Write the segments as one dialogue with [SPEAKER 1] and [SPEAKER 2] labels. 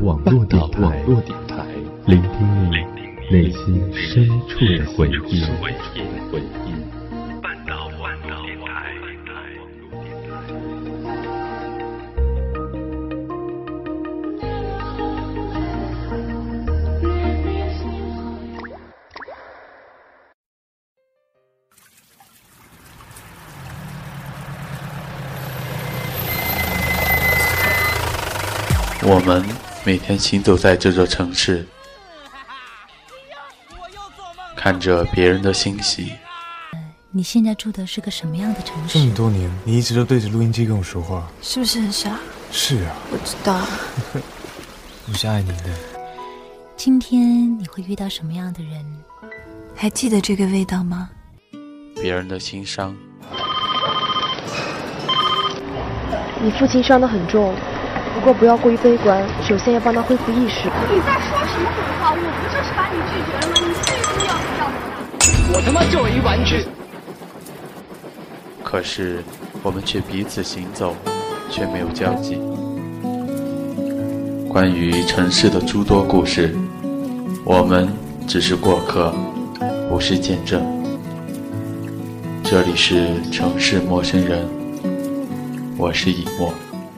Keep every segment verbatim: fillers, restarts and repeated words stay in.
[SPEAKER 1] 网络电台，聆听你内心深处的回忆。半岛网络电台。
[SPEAKER 2] 我们每天行走在这座城市，看着别人的欣喜。
[SPEAKER 3] 你现在住的是个什么样的城市？
[SPEAKER 4] 这么多年，你一直都对着录音机跟我说话，
[SPEAKER 3] 是不是很傻？
[SPEAKER 4] 是啊，
[SPEAKER 3] 我知道。
[SPEAKER 4] 我是爱你的。
[SPEAKER 3] 今天你会遇到什么样的人？还记得这个味道吗？
[SPEAKER 2] 别人的心伤。
[SPEAKER 5] 你父亲伤得很重，不过不要过于悲观，首先要帮他恢复意识。
[SPEAKER 6] 你在说什么鬼话？我不就是把你拒绝了吗？你最终要不要我？
[SPEAKER 7] 我他妈就一玩具。
[SPEAKER 2] 可是我们却彼此行走，却没有交集。关于城市的诸多故事，我们只是过客，不是见证。这里是城市陌生人，我是以沫。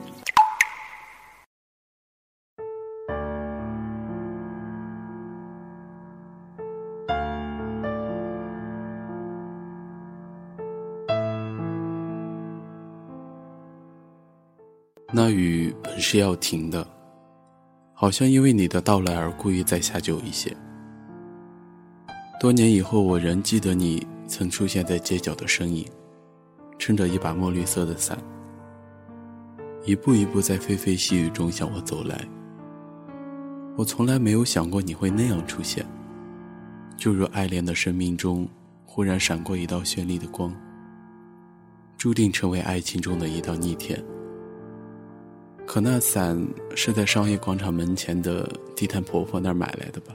[SPEAKER 2] 那雨本是要停的，好像因为你的到来而故意再下久一些。多年以后，我仍记得你曾出现在街角的身影，撑着一把墨绿色的伞，一步一步在霏霏细雨中向我走来。我从来没有想过你会那样出现，就如爱恋的生命中忽然闪过一道绚丽的光，注定成为爱情中的一道逆天。可那伞是在商业广场门前的地摊婆婆那儿买来的吧？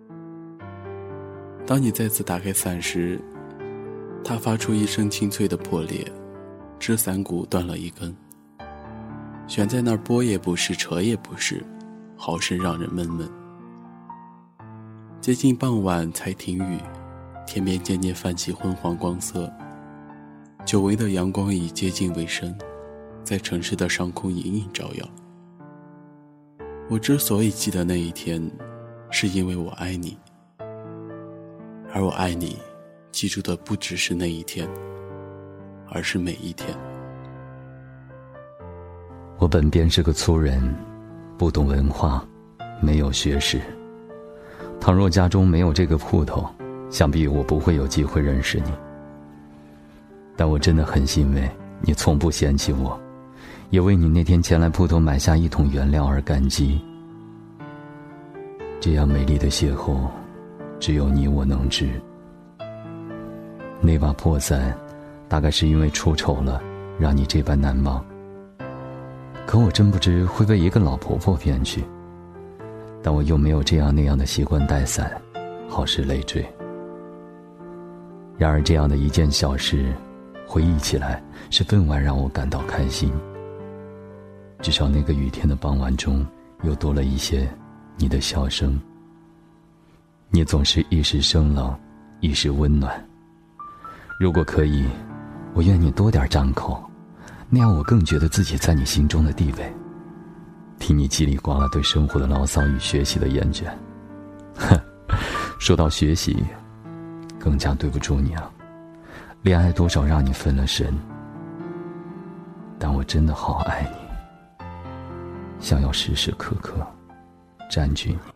[SPEAKER 2] 当你再次打开伞时，它发出一声清脆的破裂，支伞骨断了一根，悬在那儿拨也不是，扯也不是，好生让人闷闷。接近傍晚才停雨，天边渐渐泛起昏黄光色，久违的阳光已接近尾声，在城市的上空隐隐照耀。我之所以记得那一天，是因为我爱你，而我爱你记住的不只是那一天，而是每一天。
[SPEAKER 8] 我本便是个粗人，不懂文化，没有学识。倘若家中没有这个铺头，想必我不会有机会认识你。但我真的很欣慰，你从不嫌弃我，也为你那天前来铺头买下一桶原料而感激。这样美丽的邂逅，只有你我能知。那把破伞，大概是因为出丑了，让你这般难忘。可我真不知会被一个老婆婆骗去，但我又没有这样那样的习惯带伞，好使累赘。然而这样的一件小事，回忆起来是分外让我感到开心。至少那个雨天的傍晚中，又多了一些你的笑声。你总是一时生冷，一时温暖。如果可以，我愿你多点张口，那样我更觉得自己在你心中的地位。听你叽里呱啦对生活的牢骚与学习的厌倦。哼，说到学习，更加对不住你啊，恋爱多少让你分了神。但我真的好爱你，想要时时刻刻占据你。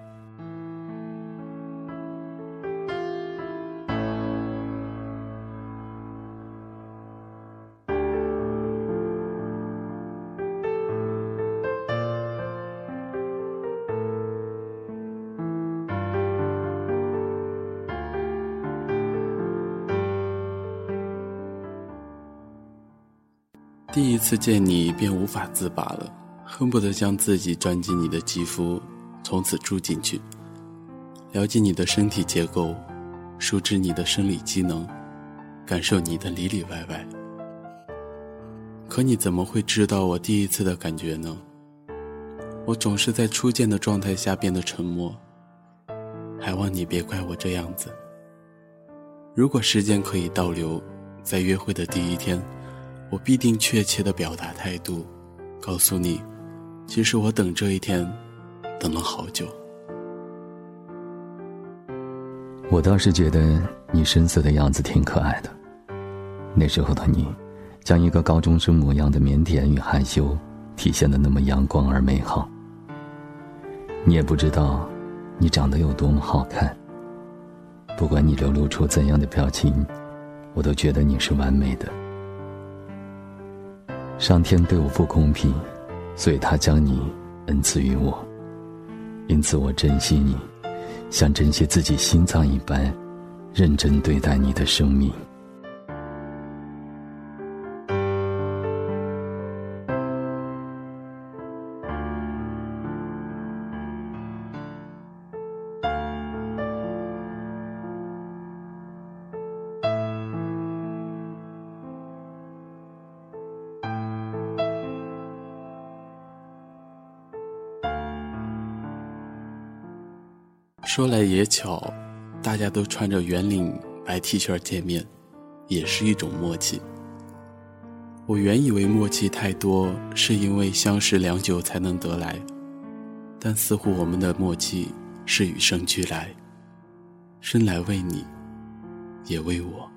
[SPEAKER 2] 第一次见你便无法自拔了，恨不得将自己钻进你的肌肤，从此住进去，了解你的身体结构，熟知你的生理机能，感受你的里里外外。可你怎么会知道我第一次的感觉呢？ 我总是在初见的状态下变得沉默，还望你别怪我这样子。如果时间可以倒流，在约会的第一天，我必定确切地表达态度，告诉你，其实我等这一天等了好久。
[SPEAKER 8] 我倒是觉得你深色的样子挺可爱的。那时候的你，将一个高中生模样的腼腆与害羞体现得那么阳光而美好。你也不知道你长得有多么好看，不管你流露出怎样的表情，我都觉得你是完美的。上天对我不公平，所以他将你恩赐于我，因此我珍惜你，像珍惜自己心脏一般，认真对待你的生命。
[SPEAKER 2] 说来也巧，大家都穿着圆领白 T 恤见面，也是一种默契。我原以为默契太多是因为相识良久才能得来，但似乎我们的默契是与生俱来，生来为你，也为我。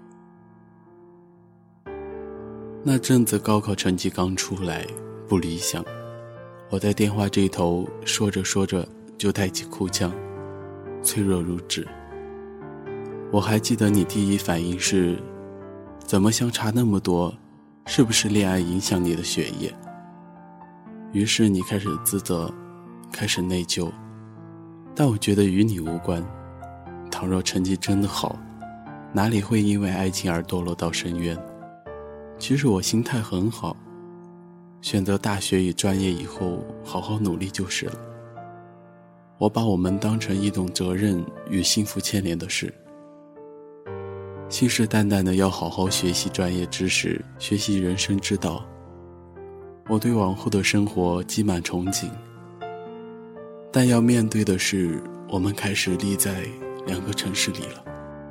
[SPEAKER 2] 那阵子高考成绩刚出来，不理想，我在电话这头说着说着就带起哭腔，脆弱如纸。我还记得你第一反应是，怎么相差那么多，是不是恋爱影响你的学业？于是你开始自责，开始内疚，但我觉得与你无关。倘若成绩真的好，哪里会因为爱情而堕落到深渊？其实我心态很好，选择大学与专业以后好好努力就是了。我把我们当成一种责任与幸福牵连的事，信誓旦旦的要好好学习专业知识，学习人生之道。我对往后的生活积满憧憬，但要面对的是，我们开始立在两个城市里了。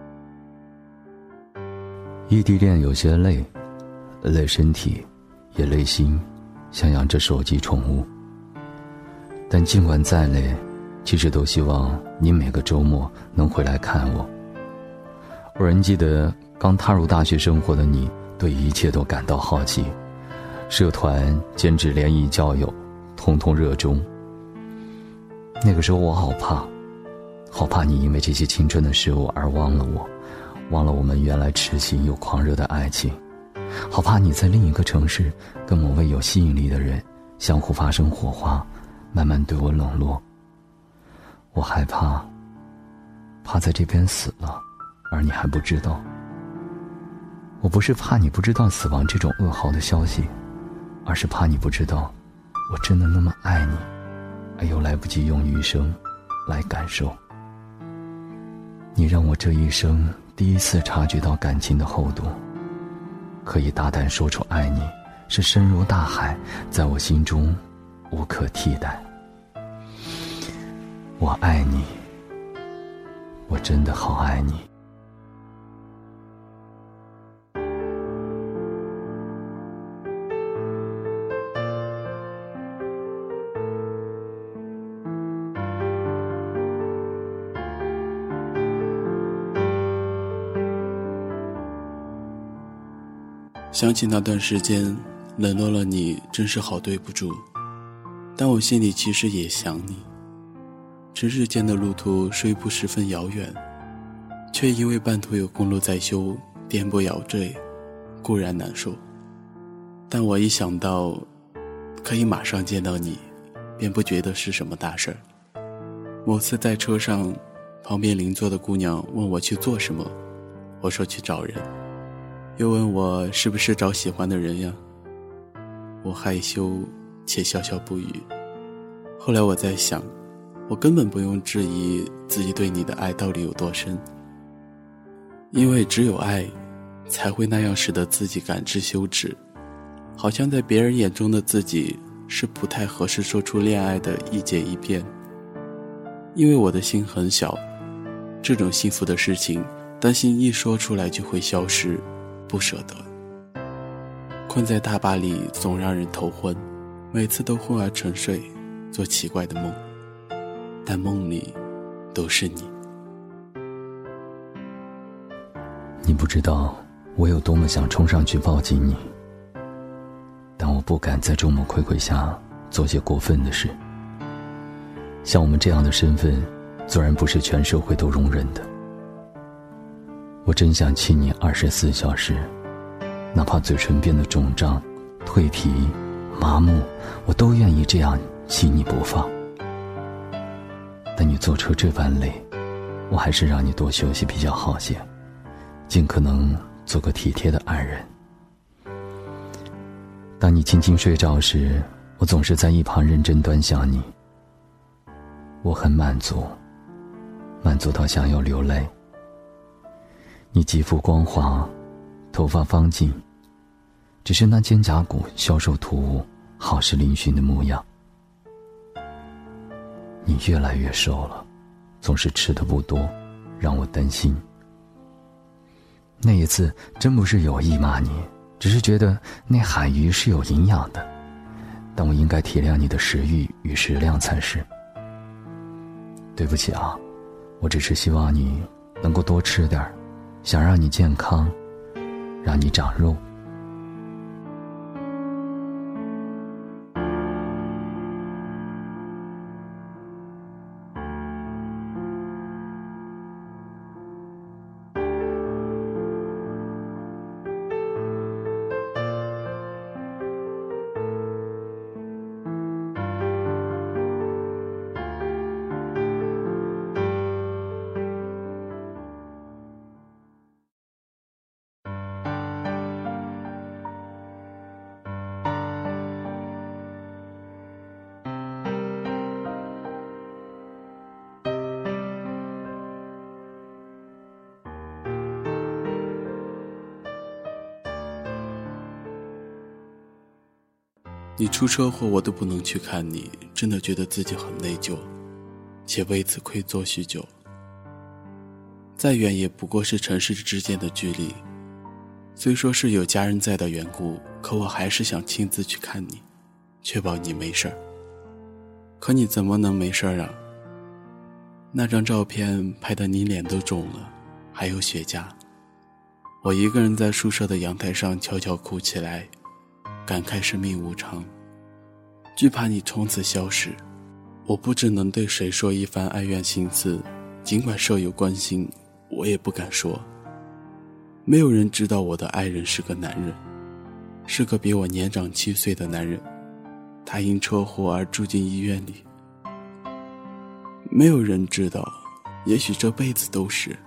[SPEAKER 8] 异地恋有些累，累身体，也累心，像养着手机宠物。但尽管再累，其实都希望你每个周末能回来看我。我仍记得刚踏入大学生活的你，对一切都感到好奇，社团、兼职、联谊、交友，通通热衷。那个时候我好怕，好怕你因为这些青春的事物而忘了我，忘了我们原来痴情又狂热的爱情，好怕你在另一个城市跟某位有吸引力的人相互发生火花，慢慢对我冷落。我害怕，怕在这边死了，而你还不知道。我不是怕你不知道死亡这种噩耗的消息，而是怕你不知道，我真的那么爱你，而又来不及用余生来感受。你让我这一生第一次察觉到感情的厚度，可以大胆说出爱你，是深如大海，在我心中无可替代。我爱你，我真的好爱你。
[SPEAKER 2] 想起那段时间冷落了你，真是好对不住，但我心里其实也想你。这日间的路途虽不十分遥远，却因为半途有公路在修，颠簸摇坠，固然难受。但我一想到可以马上见到你，便不觉得是什么大事儿。某次在车上，旁边邻座的姑娘问我去做什么，我说去找人，又问我是不是找喜欢的人呀。我害羞且笑笑不语。后来我在想，我根本不用质疑自己对你的爱到底有多深，因为只有爱才会那样使得自己感知羞耻，好像在别人眼中的自己是不太合适说出恋爱的一节一片，因为我的心很小，这种幸福的事情担心一说出来就会消失，不舍得。困在大巴里总让人头昏，每次都昏而沉睡，做奇怪的梦，但梦里都是你。
[SPEAKER 8] 你不知道我有多么想冲上去抱紧你，但我不敢在众目睽睽下做些过分的事。像我们这样的身份，自然不是全社会都容忍的。我真想亲你二十四小时，哪怕嘴唇变得肿胀、蜕皮、麻木，我都愿意这样亲你不放。但你坐车这般累，我还是让你多休息比较好些，尽可能做个体贴的爱人。当你轻轻睡着时，我总是在一旁认真端详你。我很满足，满足到想要流泪。你肌肤光滑，头发方净，只是那肩胛骨消瘦突兀，好事嶙峋的模样。你越来越瘦了，总是吃得不多，让我担心。那一次真不是有意骂你，只是觉得那海鱼是有营养的，但我应该体谅你的食欲与食量才是。对不起啊，我只是希望你能够多吃点，想让你健康，让你长肉。
[SPEAKER 2] 你出车祸我都不能去看你，真的觉得自己很内疚，且为此愧疚许久。再远也不过是城市之间的距离，虽说是有家人在的缘故，可我还是想亲自去看你，确保你没事儿。可你怎么能没事儿啊？那张照片拍得你脸都肿了，还有血痂。我一个人在宿舍的阳台上悄悄哭起来，感慨生命无常，惧怕你从此消失。我不知能对谁说一番哀怨心思，尽管舍友关心，我也不敢说。没有人知道我的爱人是个男人，是个比我年长七岁的男人，他因车祸而住进医院里。没有人知道，也许这辈子都是。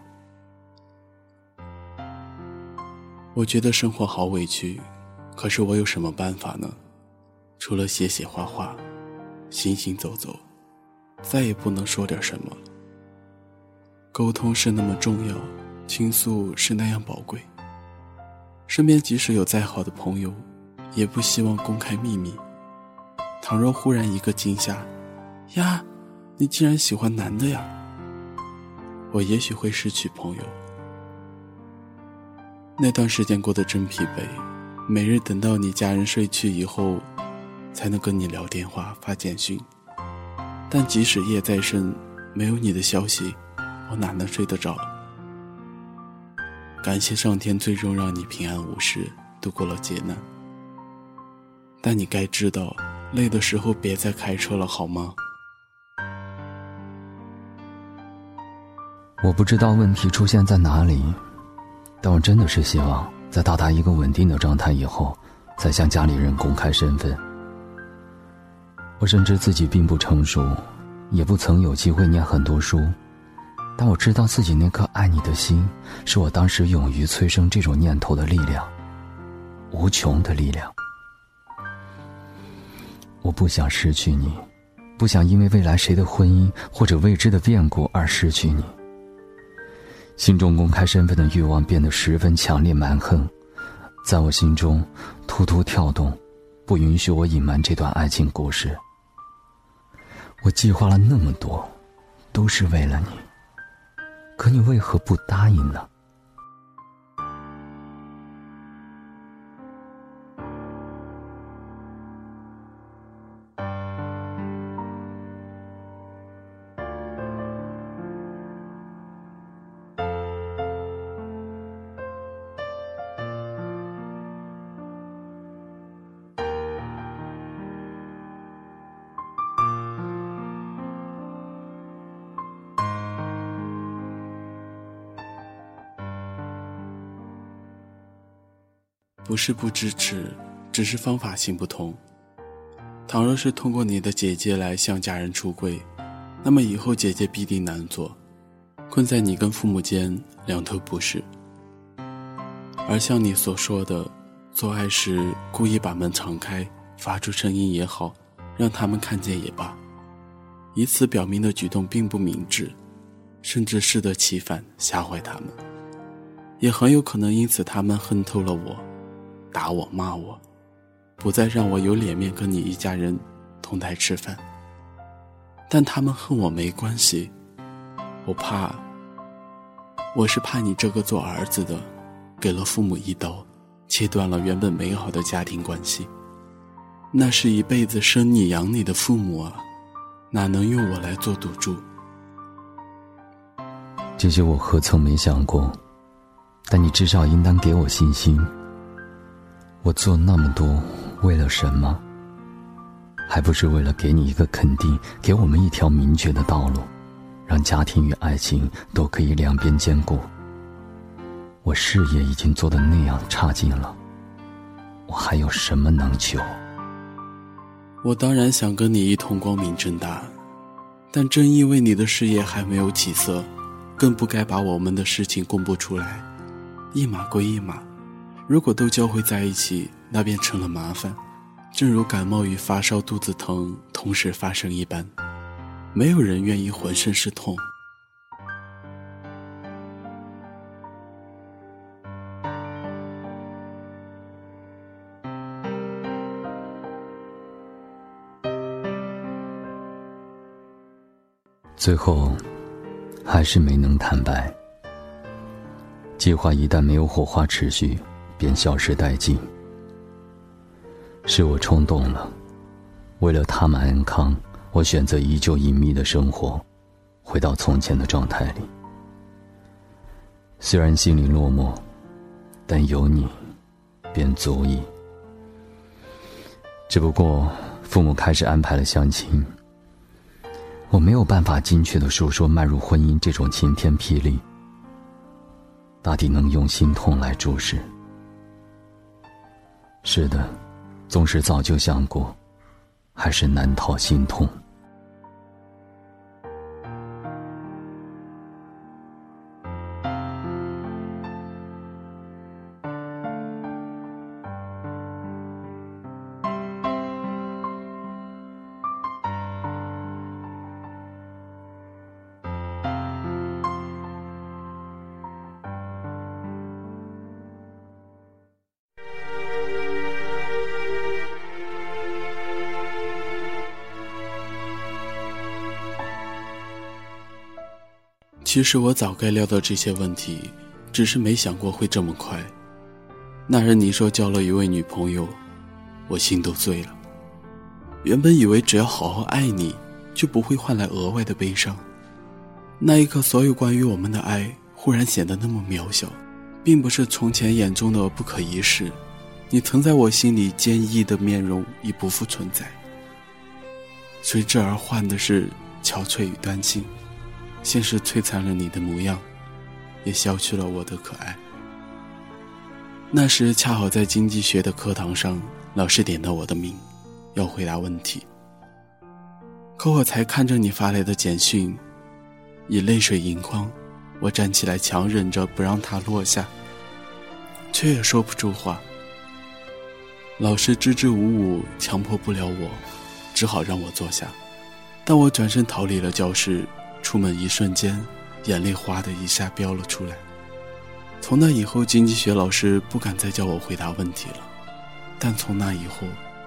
[SPEAKER 2] 我觉得生活好委屈，可是我有什么办法呢？除了写写画画，行行走走，再也不能说点什么。沟通是那么重要，倾诉是那样宝贵。身边即使有再好的朋友，也不希望公开秘密。倘若忽然一个惊吓，呀，你竟然喜欢男的呀，我也许会失去朋友。那段时间过得真疲惫，每日等到你家人睡去以后，才能跟你聊电话发简讯。但即使夜再深，没有你的消息，我哪能睡得着？感谢上天最终让你平安无事，度过了劫难。但你该知道，累的时候别再开车了好吗？
[SPEAKER 8] 我不知道问题出现在哪里，但我真的是希望在到达一个稳定的状态以后，再向家里人公开身份。我深知自己并不成熟，也不曾有机会念很多书，但我知道自己那颗爱你的心，是我当时勇于催生这种念头的力量，无穷的力量。我不想失去你，不想因为未来谁的婚姻或者未知的变故而失去你。心中公开身份的欲望变得十分强烈蛮横，在我心中突突跳动， 不允许我隐瞒这段爱情故事。我计划了那么多，都是为了你，可你为何不答应呢？
[SPEAKER 2] 不是不支持，只是方法性不同。倘若是通过你的姐姐来向家人出柜，那么以后姐姐必定难做，困在你跟父母间两头不是。而像你所说的，做爱时故意把门敞开，发出声音也好，让他们看见也罢，以此表明的举动并不明智，甚至适得其反，吓坏他们，也很有可能因此他们恨透了我，打我骂我，不再让我有脸面跟你一家人同台吃饭。但他们恨我没关系，我怕我是怕你这个做儿子的给了父母一刀，切断了原本美好的家庭关系。那是一辈子生你养你的父母啊，哪能用我来做赌注？
[SPEAKER 8] 这些我何曾没想过，但你至少应当给我信心。我做那么多为了什么？还不是为了给你一个肯定，给我们一条明确的道路，让家庭与爱情都可以两边兼顾。我事业已经做得那样差劲了，我还有什么能求？
[SPEAKER 2] 我当然想跟你一同光明正大，但正因为你的事业还没有起色，更不该把我们的事情公布出来。一码归一码，如果都交汇在一起，那便成了麻烦。正如感冒与发烧、肚子疼同时发生一般，没有人愿意浑身是痛。
[SPEAKER 8] 最后还是没能坦白。计划一旦没有火花持续，便消失殆尽。是我冲动了，为了他们安康，我选择依旧隐秘的生活，回到从前的状态里。虽然心里落寞，但有你便足矣。只不过父母开始安排了相亲，我没有办法精确地述说迈入婚姻这种晴天霹雳，大抵能用心痛来注释。是的，纵使早就想过，还是难逃心痛。
[SPEAKER 2] 其实我早该料到这些问题，只是没想过会这么快。那日你说交了一位女朋友，我心都碎了。原本以为只要好好爱你，就不会换来额外的悲伤。那一刻，所有关于我们的爱忽然显得那么渺小，并不是从前眼中的不可一世。你曾在我心里坚毅的面容已不复存在，随之而换的是憔悴与单亲。现实摧残了你的模样，也消去了我的可爱。那时恰好在经济学的课堂上，老师点到我的名，要回答问题。可我才看着你发来的简讯，以泪水盈眶，我站起来强忍着不让它落下，却也说不出话。老师支支吾吾，强迫不了我，只好让我坐下。但我转身逃离了教室，出门一瞬间，眼泪哗的一下飙了出来。从那以后，经济学老师不敢再叫我回答问题了。但从那以后，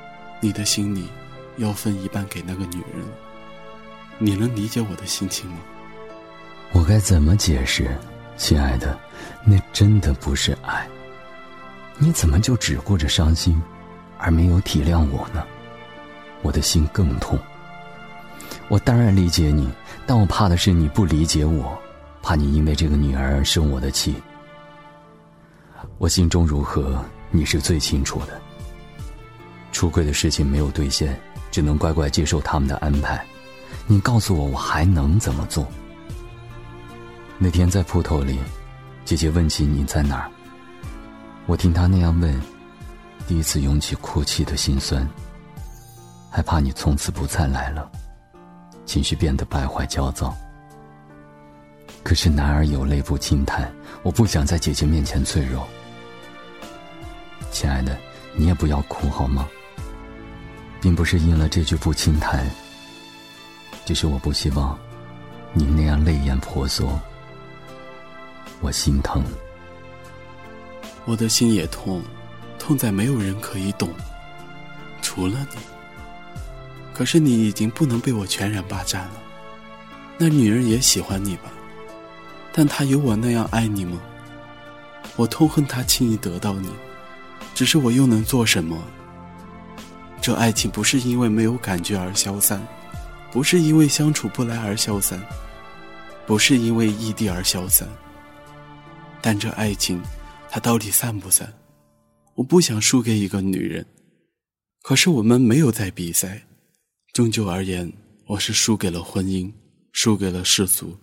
[SPEAKER 2] 你的心里要分一半给那个女人了。你能理解我的心情吗？
[SPEAKER 8] 我该怎么解释？亲爱的，那真的不是爱。你怎么就只顾着伤心，而没有体谅我呢？我的心更痛。我当然理解你，但我怕的是你不理解我，怕你因为这个女儿而生我的气。我心中如何，你是最清楚的。出柜的事情没有兑现，只能乖乖接受他们的安排。你告诉我，我还能怎么做？那天在铺头里，姐姐问起你在哪儿，我听她那样问，第一次涌起哭泣的心酸，害怕你从此不再来了，情绪变得败坏焦躁。可是男儿有泪不轻弹，我不想在姐姐面前脆弱。亲爱的，你也不要哭好吗？并不是应了这句不轻弹，只是我不希望你那样泪眼婆娑，我心疼。
[SPEAKER 2] 我的心也痛，痛在没有人可以懂，除了你。可是你已经不能被我全然霸占了。那女人也喜欢你吧，但她有我那样爱你吗？我痛恨她轻易得到你，只是我又能做什么？这爱情不是因为没有感觉而消散，不是因为相处不来而消散，不是因为异地而消散。但这爱情它到底散不散？我不想输给一个女人，可是我们没有在比赛，终究而言，我是输给了婚姻，输给了世俗。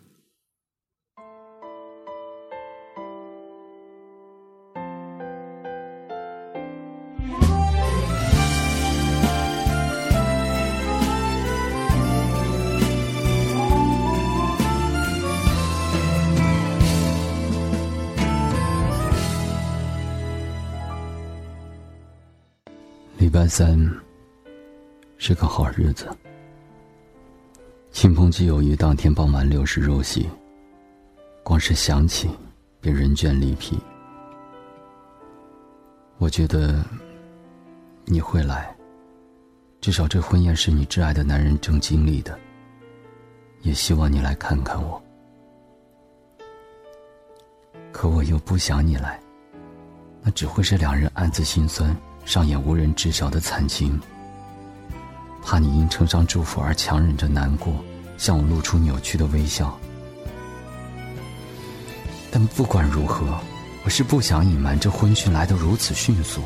[SPEAKER 8] 礼拜三是个好日子，亲朋戚友于当天傍晚六时入席，光是想起便人倦力疲。我觉得你会来，至少这婚宴是你挚爱的男人正经历的，也希望你来看看我。可我又不想你来，那只会是两人暗自心酸，上演无人知晓的惨情。怕你因称上祝福而强忍着难过，向我露出扭曲的微笑。但不管如何，我是不想隐瞒这婚讯来得如此迅速。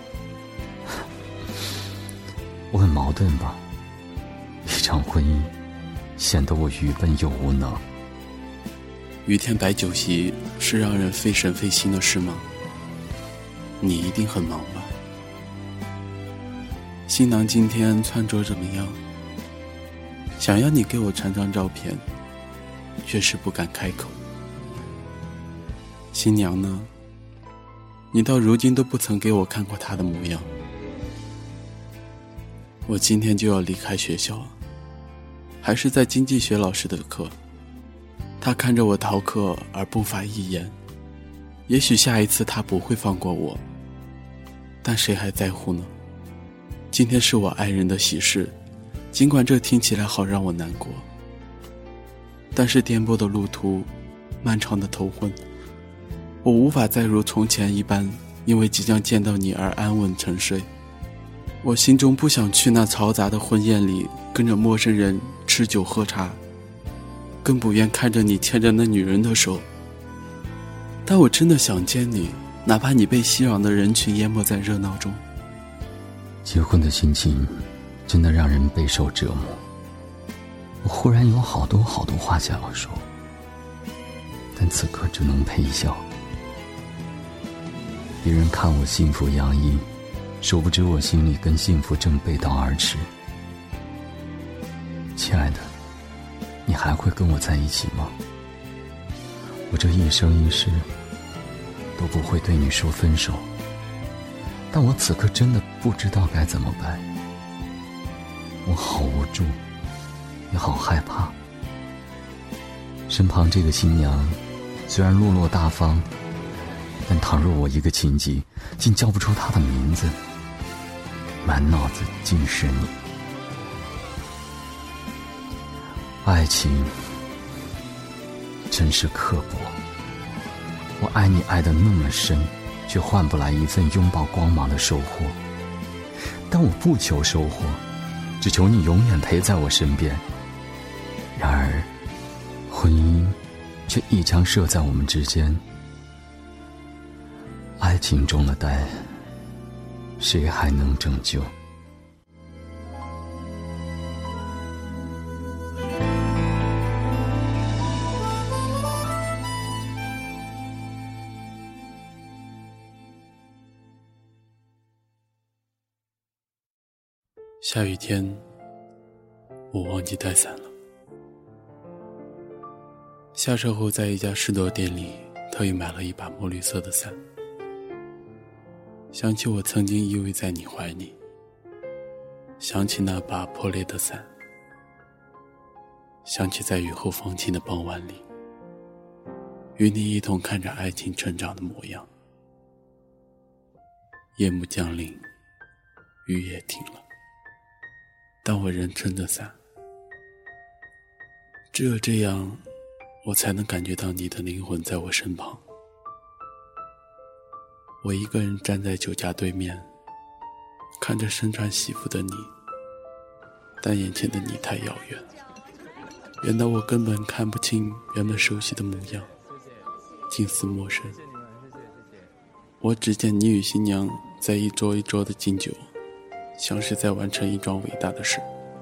[SPEAKER 8] 我很矛盾吧？一场婚姻显得我愚笨又无能。
[SPEAKER 2] 雨天摆酒席是让人费神费心的事吗？你一定很忙吧？新郎今天穿着怎么样？想要你给我传张照片，却是不敢开口。新娘呢？你到如今都不曾给我看过她的模样。我今天就要离开学校，还是在经济学老师的课。他看着我逃课而不发一言，也许下一次他不会放过我，但谁还在乎呢？今天是我爱人的喜事，尽管这听起来好让我难过，但是颠簸的路途，漫长的头昏，我无法再如从前一般因为即将见到你而安稳沉睡。我心中不想去那嘈杂的婚宴里跟着陌生人吃酒喝茶，更不愿看着你牵着那女人的手。但我真的想见你，哪怕你被熙攘的人群淹没在热闹中。
[SPEAKER 8] 结婚的心情真的让人备受折磨。我忽然有好多好多话想要说，但此刻只能陪笑。别人看我幸福洋溢，殊不知我心里跟幸福正背道而驰。亲爱的，你还会跟我在一起吗？我这一生一世都不会对你说分手，但我此刻真的不知道该怎么办。我好无助，也好害怕。身旁这个新娘虽然落落大方，但倘若我一个情急竟叫不出她的名字， 满脑子尽是你。爱情真是刻薄，我爱你爱得那么深，却换不来一份拥抱光芒的收获。但我不求收获，只求你永远陪在我身边。然而婚姻却一枪射在我们之间，爱情中了呆，谁还能拯救？
[SPEAKER 2] 下雨天，我忘记带伞了。下车后，在一家士多店里特意买了一把墨绿色的伞。想起我曾经依偎在你怀里，想起那把破裂的伞，想起在雨后放晴的傍晚里，与你一同看着爱情成长的模样。夜幕降临，雨也停了，但我仍撑着伞。只有这样，我才能感觉到你的灵魂在我身旁。我一个人站在酒家对面，看着身穿西服的你，但眼前的你太遥远，远到我根本看不清原本熟悉的模样，近似陌生。我只见你与新娘在一桌一桌的敬酒，像是在完成一桩伟大的事。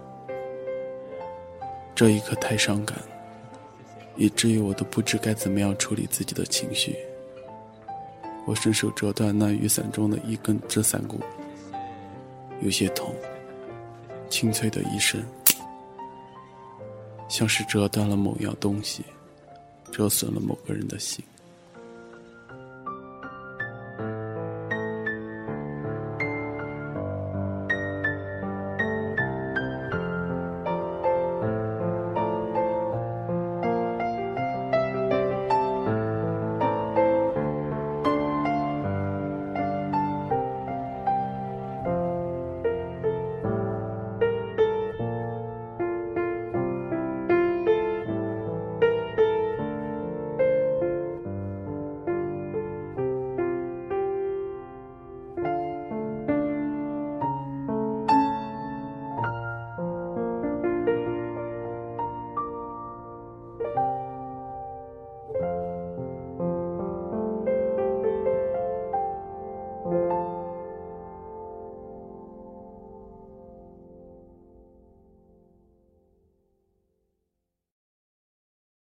[SPEAKER 2] 这一刻太伤感，以至于我都不知该怎么样处理自己的情绪。我伸手折断那雨伞中的一根遮伞骨，有些痛，清脆的一声，像是折断了某样东西，折损了某个人的心。